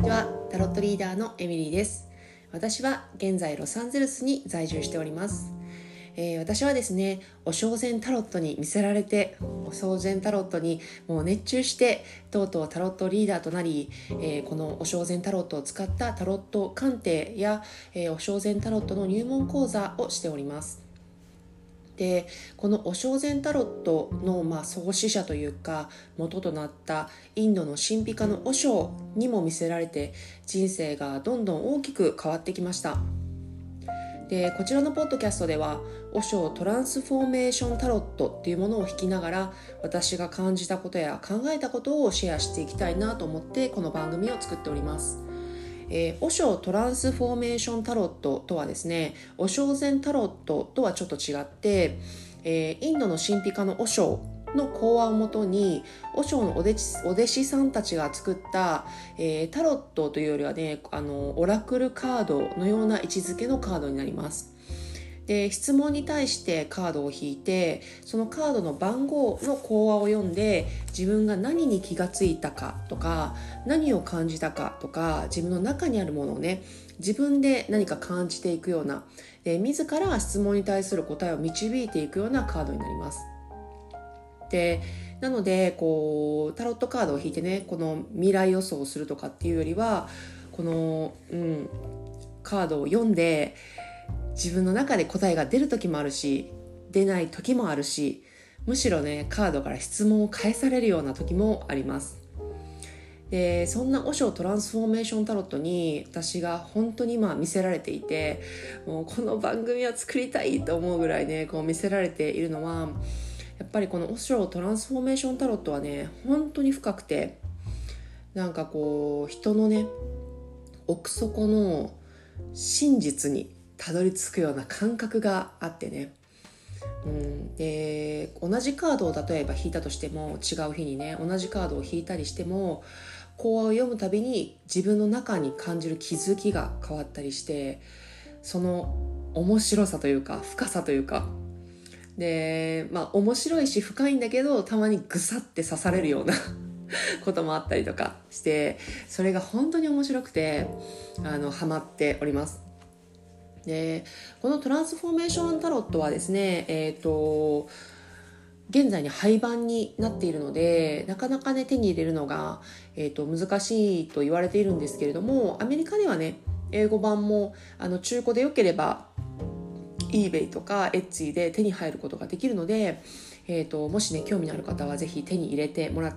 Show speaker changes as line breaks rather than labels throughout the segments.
ちは、タロットリーダーのエミリーです。私は現在ロサンゼルスに在住しております。私はですね、お正禅タロットに魅せられて、お正禅タロットにもう熱中して、とうとうタロットリーダーとなり、このお正禅タロットを使ったタロット鑑定や、お正禅タロットの入門講座をしております。でこのお正禅タロットの、創始者というか元となったインドの神秘家の和尚にも見せられて、人生がどんどん大きく変わってきました。でこちらのポッドキャストでは和尚トランスフォーメーションタロットっていうものを弾きながら、私が感じたことや考えたことをシェアしていきたいなと思ってこの番組を作っております。和尚トランスフォーメーションタロットとはですね、お正禅タロットとはちょっと違って、インドの神秘家の和尚の講話をもとに和尚のお弟子さんたちが作った、タロットというよりはね、オラクルカードのような位置づけのカードになります。で質問に対してカードを引いて、そのカードの番号の講話を読んで、自分が何に気がついたかとか、何を感じたかとか、自分の中にあるものをね、自分で何か感じていくような、自ら質問に対する答えを導いていくようなカードになります。でなのでタロットカードを引いてね、この未来予想をするとかっていうよりは、この、カードを読んで自分の中で答えが出る時もあるし、出ない時もあるし、むしろね、カードから質問を返されるような時もあります。でそんな和尚トランスフォーメーションタロットに私が本当に見せられていて、もうこの番組は作りたいと思うぐらいね、見せられているのは、やっぱりこの和尚トランスフォーメーションタロットはね、本当に深くて、なんか人のね、奥底の真実にたどり着くような感覚があってね、で同じカードを例えば引いたとしても、違う日にね同じカードを引いたりしても、講話を読むたびに自分の中に感じる気づきが変わったりして、その面白さというか深さというかで、面白いし深いんだけど、たまにぐさって刺されるようなこともあったりとかして、それが本当に面白くてハマっております。でこのトランスフォーメーションタロットはですね、現在に廃盤になっているので、なかなかね手に入れるのが、難しいと言われているんですけれども、アメリカではね英語版も中古で良ければ eBay とか Etsy で手に入ることができるので、もしね興味のある方はぜひ手に入れてもらって、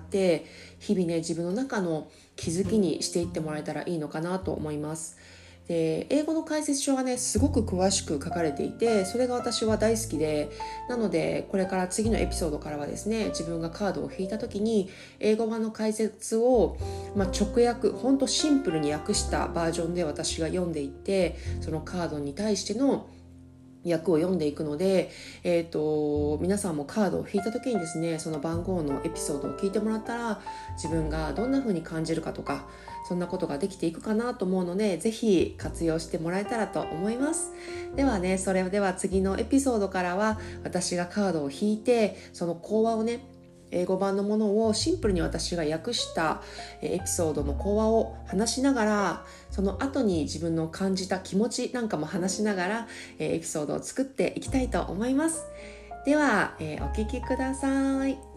日々ね自分の中の気づきにしていってもらえたらいいのかなと思います。で英語の解説書がねすごく詳しく書かれていて、それが私は大好きで、なのでこれから次のエピソードからはですね、自分がカードを引いた時に英語版の解説を、直訳、ほんとシンプルに訳したバージョンで私が読んでいって、そのカードに対しての訳を読んでいくので、皆さんもカードを引いた時にですね、その番号のエピソードを聞いてもらったら、自分がどんな風に感じるかとか、そんなことができていくかなと思うので、ぜひ活用してもらえたらと思います。ではね、それでは次のエピソードからは、私がカードを引いて、その講話をね、英語版のものをシンプルに私が訳したエピソードの講話を話しながら、その後に自分の感じた気持ちなんかも話しながらエピソードを作っていきたいと思います。では、お聞きください。